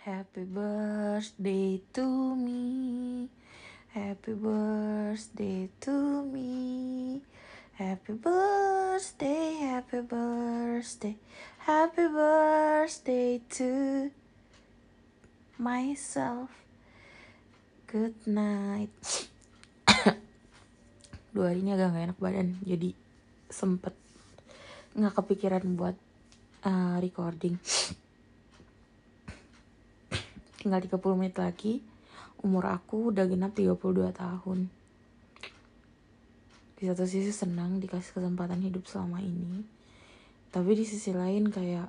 Happy birthday to me. Happy birthday to me. Happy birthday, happy birthday. Happy birthday to myself. Good night. 2 hari ini agak gak enak badan, jadi sempet gak kepikiran buat recording. Tinggal 30 menit lagi, umur aku udah genap 32 tahun. Di satu sisi senang dikasih kesempatan hidup selama ini, tapi di sisi lain kayak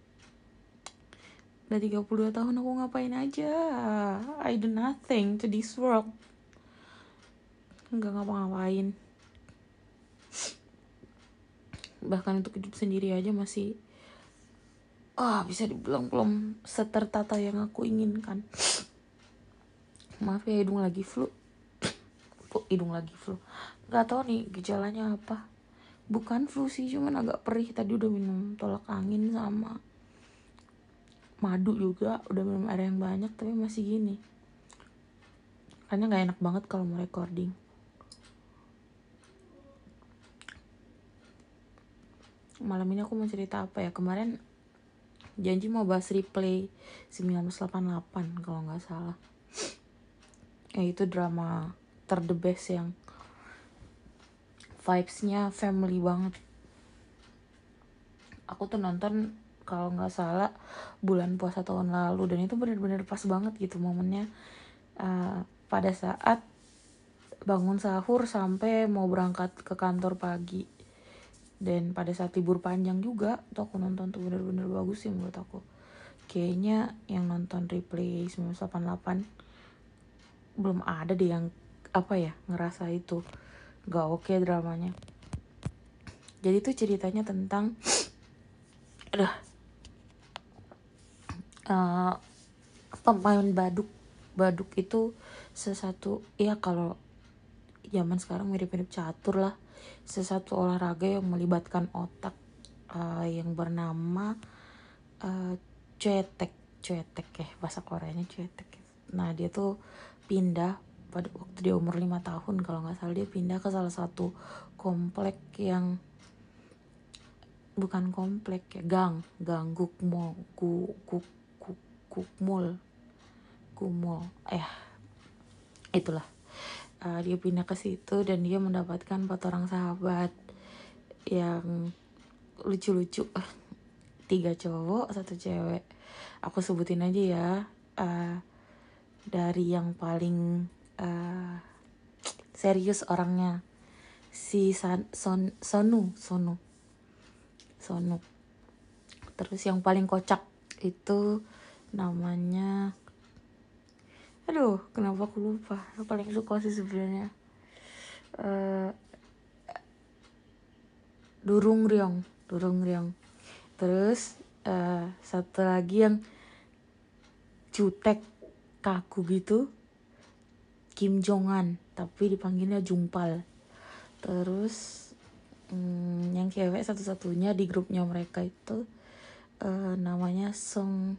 udah 32 tahun aku ngapain aja. I do nothing to this world. Nggak ngapa-ngapain. Bahkan untuk hidup sendiri aja masih bisa dibilang belum setertata yang aku inginkan. Maaf ya, hidung lagi flu. Gak tau nih gejalanya apa. Bukan flu sih, cuman agak perih. Tadi udah minum tolak angin sama madu juga, udah minum air yang banyak, tapi masih gini. Karena gak enak banget kalau mau recording. Malam ini aku mau cerita apa ya. Kemarin janji mau bahas Replay 1988 kalau gak salah. Itu drama the best yang vibes-nya family banget. Aku tuh nonton kalau gak salah bulan puasa tahun lalu, dan itu bener-bener pas banget gitu momennya. Pada saat bangun sahur sampai mau berangkat ke kantor pagi, dan pada saat libur panjang juga tuh aku nonton tuh, bener-bener bagus sih menurut aku. Kayaknya yang nonton Replay 1988 belum ada deh yang ngerasa itu gak oke dramanya. Jadi tuh ceritanya tentang pemain baduk itu sesuatu ya, kalau zaman sekarang mirip-mirip catur lah, sesuatu olahraga yang melibatkan otak yang bernama cetek ya, bahasa Koreanya cetek. Nah dia tuh pindah pada waktu dia umur 5 tahun kalau nggak salah. Dia pindah ke salah satu komplek yang bukan komplek ya, gang Gukmul itulah. Dia pindah ke situ dan dia mendapatkan 4 orang sahabat yang lucu-lucu, 3 cowok 1 cewek. Aku sebutin aja ya, dari yang paling serius orangnya si Sonu. Terus yang paling kocak itu namanya, kenapa aku lupa. Yang paling suka sih sebenarnya Durung Ryong. Terus satu lagi yang jutek kaku gitu, Kim Jong-un, tapi dipanggilnya Jungpal. Terus yang cewek satu-satunya di grupnya mereka itu namanya Song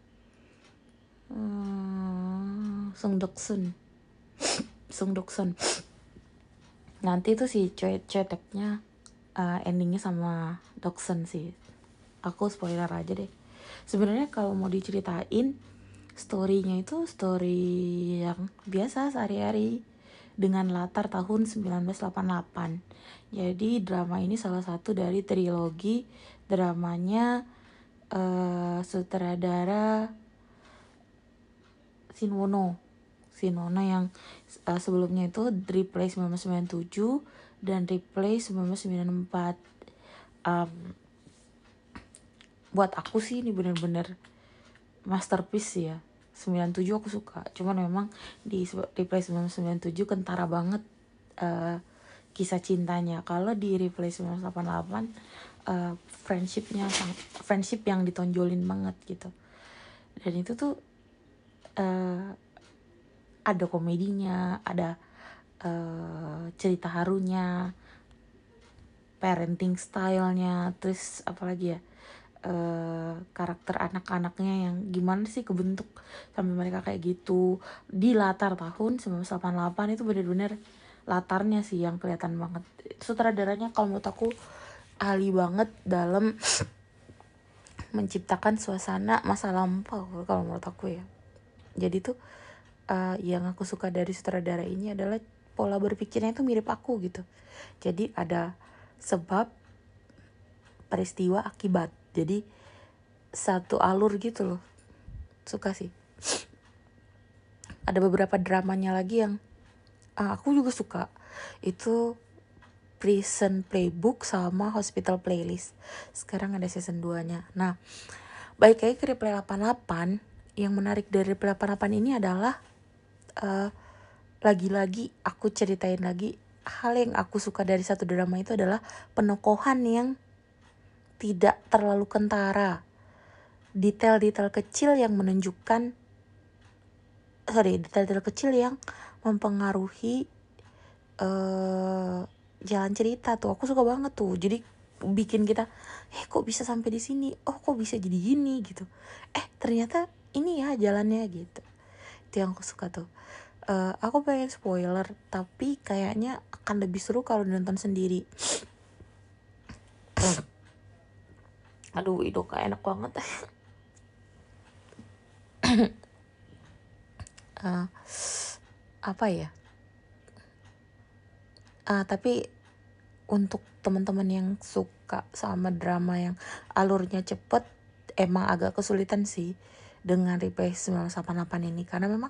Doksun. Nanti tuh si ceteknya endingnya sama Doksun sih. Aku spoiler aja deh. Sebenarnya kalau mau diceritain, story-nya itu story yang biasa sehari-hari dengan latar tahun 1988. Jadi drama ini salah satu dari trilogi dramanya sutradara Shin Wono yang sebelumnya itu Replay 1997 dan Replay 1994. Buat aku sih ini bener-bener masterpiece ya. 97 aku suka, cuman memang di Replay 1997 kentara banget kisah cintanya. Kalau di Replay 1988 friendship yang ditonjolin banget gitu. Dan itu tuh ada komedinya, ada cerita harunya, parenting stylenya, terus apalagi ya, karakter anak-anaknya yang gimana sih kebentuk sampai mereka kayak gitu di latar tahun 1988. Itu bener-bener latarnya sih yang kelihatan banget. Sutradaranya kalau menurut aku ahli banget dalam menciptakan suasana masa lampau kalau menurut aku ya. Jadi tuh yang aku suka dari sutradara ini adalah pola berpikirnya itu mirip aku gitu. Jadi ada sebab, peristiwa, akibat. Jadi satu alur gitu loh. Suka sih. Ada beberapa dramanya lagi yang aku juga suka. Itu Prison Playbook sama Hospital Playlist. Sekarang ada season 2-nya. Nah, balik lagi ke Reply 88. Yang menarik dari Reply 88 ini adalah lagi-lagi aku ceritain lagi, hal yang aku suka dari satu drama itu adalah penokohan yang tidak terlalu kentara. Detail-detail kecil yang menunjukkan detail-detail kecil yang mempengaruhi jalan cerita tuh. Aku suka banget tuh. Jadi bikin kita kok bisa sampai di sini, oh kok bisa jadi gini gitu, ternyata ini ya jalannya gitu. Itu yang aku suka tuh. Aku pengen spoiler tapi kayaknya akan lebih seru kalau nonton sendiri. Aduh, itu kayak enak banget. Apa ya? Tapi untuk teman-teman yang suka sama drama yang alurnya cepet, emang agak kesulitan sih dengan Reply 1988 ini, karena memang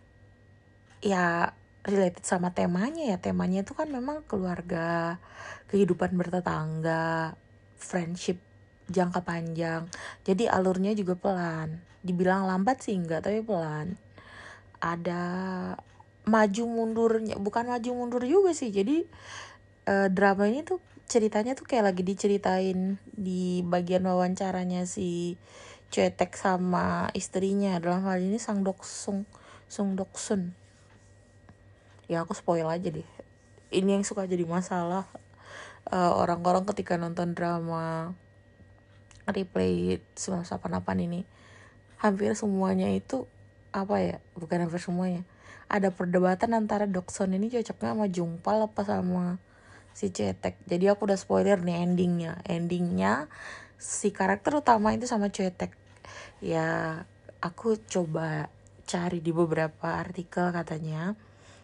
ya related sama temanya ya. Temanya itu kan memang keluarga, kehidupan bertetangga, friendship jangka panjang. Jadi alurnya juga pelan. Dibilang lambat sih enggak, tapi pelan. Ada maju mundurnya, bukan maju mundur juga sih. Jadi drama ini tuh ceritanya tuh kayak lagi diceritain di bagian wawancaranya si Choi-taek sama istrinya, dalam hal ini Sung Dok-sun. Ya aku spoil aja deh. Ini yang suka jadi masalah orang-orang ketika nonton drama Replay 1988 ini. Hampir semuanya itu bukan hampir semuanya, ada perdebatan antara Doksun ini cocoknya sama Jungpal apa sama si Cetek. Jadi aku udah spoiler nih endingnya si karakter utama itu sama Cetek. Ya aku coba cari di beberapa artikel, katanya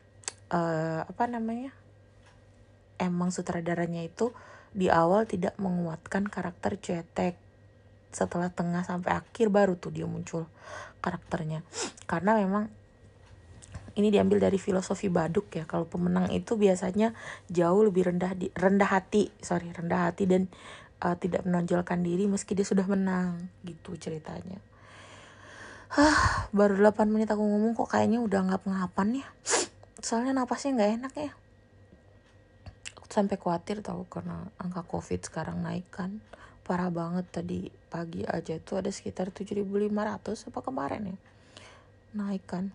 emang sutradaranya itu di awal tidak menguatkan karakter Cetek. Setelah tengah sampai akhir baru tuh dia muncul karakternya. Karena memang ini diambil dari filosofi Baduk ya. Kalau pemenang itu biasanya jauh lebih rendah hati dan tidak menonjolkan diri meski dia sudah menang gitu ceritanya. Baru 8 menit aku ngomong kok kayaknya udah ngap-ngapan ya. Soalnya napasnya nggak enak ya. Aku sampai khawatir tahu karena angka COVID sekarang naik kan. Parah banget, tadi pagi aja tuh ada sekitar 7.500 apa kemarin ya, naik kan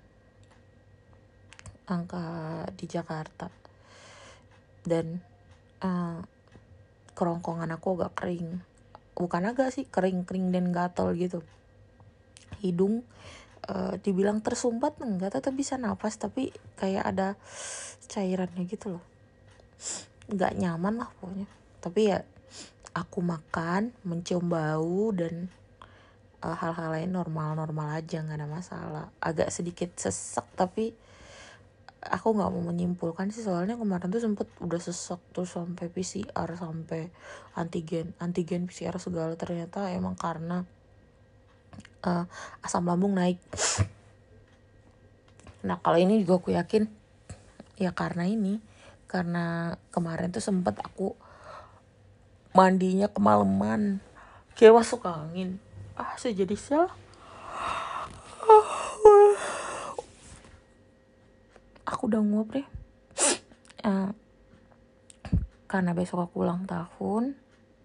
angka di Jakarta. Dan kerongkongan aku agak kering, bukan agak sih, kering dan gatal gitu. Hidung dibilang tersumbat enggak, tetap bisa nafas tapi kayak ada cairannya gitu loh, nggak nyaman lah pokoknya. Tapi ya aku makan, mencium bau, dan hal-hal lain normal aja, nggak ada masalah. Agak sedikit sesek tapi aku nggak mau menyimpulkan sih, soalnya kemarin tuh sempet udah sesek terus sampai PCR, sampai antigen PCR segala. Ternyata emang karena asam lambung naik. Nah kalau ini juga aku yakin ya karena kemarin tuh sempet aku mandinya kemalaman, kayak masuk angin. Saya jadi sel. Aku udah nguap deh. Karena besok aku ulang tahun,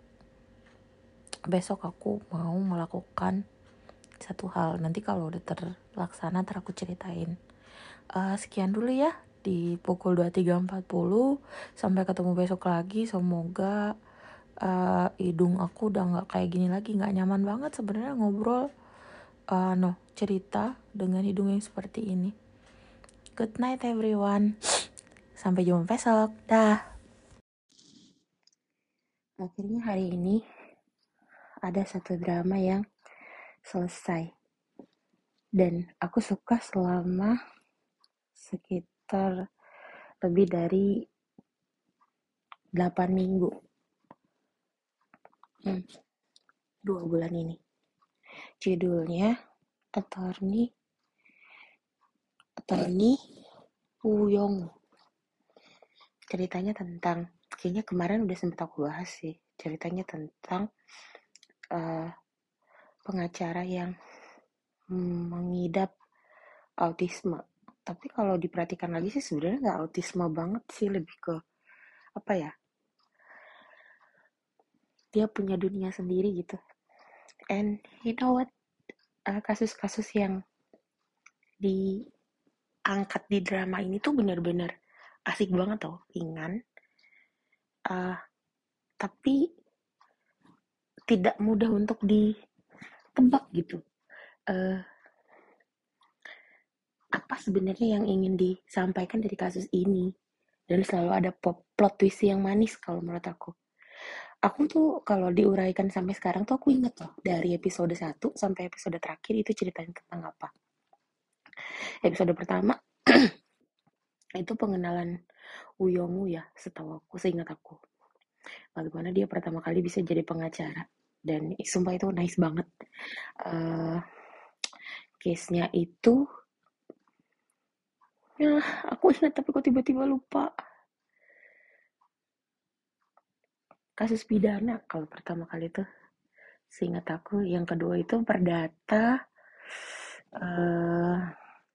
besok aku mau melakukan satu hal. Nanti kalau udah terlaksana ntar aku ceritain. Sekian dulu ya di pukul 23.40. Sampai ketemu besok lagi. Semoga hidung aku udah nggak kayak gini lagi, nggak nyaman banget sebenarnya ngobrol cerita dengan hidung yang seperti ini. Good night everyone, sampai jumpa besok, dah. Akhirnya hari ini ada satu drama yang selesai dan aku suka selama sekitar lebih dari 8 minggu, 2 bulan ini. Judulnya Attorney Puyong. Ceritanya tentang, kayaknya kemarin udah sempet aku bahas sih. Ceritanya tentang uh, pengacara yang mengidap autisme. Tapi kalau diperhatikan lagi sih sebenarnya nggak autisme banget sih, lebih ke apa ya? Dia punya dunia sendiri gitu. And you know what? Kasus-kasus yang diangkat di drama ini tuh bener-bener asik banget tau, ringan. Tapi tidak mudah untuk ditebak gitu. Uh, apa sebenarnya yang ingin disampaikan dari kasus ini? Dan selalu ada plot twist yang manis kalau menurut aku. Aku tuh kalau diuraikan sampai sekarang tuh aku inget loh, dari episode 1 sampai episode terakhir itu ceritanya tentang apa. Episode pertama itu pengenalan Uyongu ya, setahu aku, seingat aku. Bagaimana dia pertama kali bisa jadi pengacara. Dan sumpah itu nice banget. Case-nya itu, ya aku ingat tapi kok tiba-tiba lupa. Kasus pidana kalau pertama kali itu, seingat aku. Yang kedua itu perdata, uh,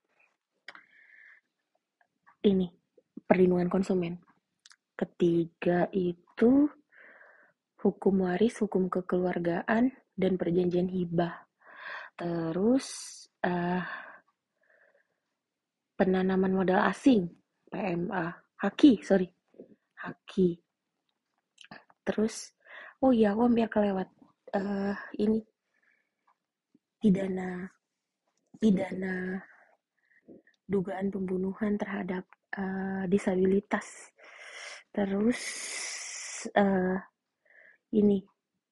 ini perlindungan konsumen. Ketiga itu hukum waris, hukum kekeluargaan, dan perjanjian hibah. Terus penanaman modal asing, PMA, Haki. Terus, oh iya, aku hampir kelewat. Ini pidana dugaan pembunuhan terhadap disabilitas. Terus ini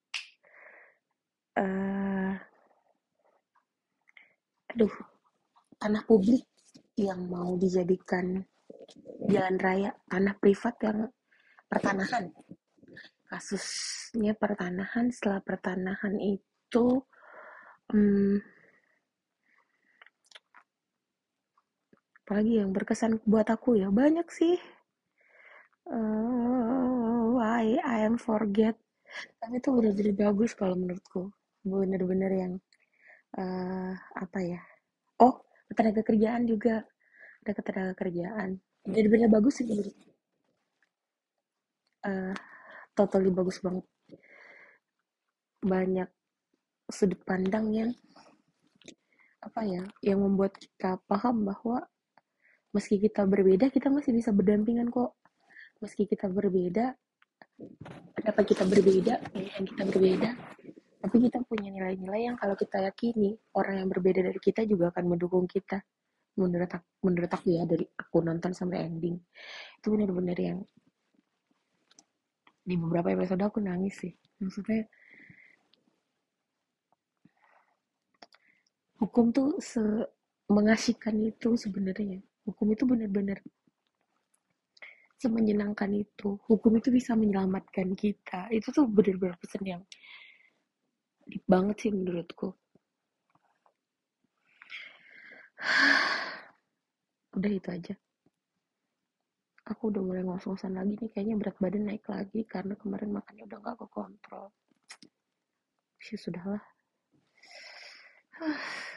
tanah publik yang mau dijadikan jalan raya, tanah privat yang pertanahan. Kasusnya pertanahan, setelah pertanahan itu apalagi yang berkesan buat aku ya, banyak sih. Why I am forget, tapi itu bener-bener bagus kalau menurutku, bener-bener yang apa ya, oh ketenaga kerjaan juga, ada ketenaga kerjaan, bener-bener bagus sih menurutku. Totally bagus banget, banyak sudut pandang yang apa ya, yang membuat kita paham bahwa meski kita berbeda, kita masih bisa berdampingan kok. Meski kita berbeda, pendapat kita berbeda, pilihan kita berbeda, tapi kita punya nilai-nilai yang kalau kita yakini orang yang berbeda dari kita juga akan mendukung kita. Menurut aku ya, dari aku nonton sampai ending itu benar-benar yang di beberapa episode aku nangis sih. Maksudnya hukum tuh mengasihkan itu sebenarnya. Hukum itu benar-benar semenyenangkan itu. Hukum itu bisa menyelamatkan kita. Itu tuh benar-benar pesan yang deep banget sih menurutku. Udah itu aja. Aku udah mulai ngos-ngosan lagi nih, kayaknya berat badan naik lagi karena kemarin makannya udah gak kekontrol. Ya sudahlah.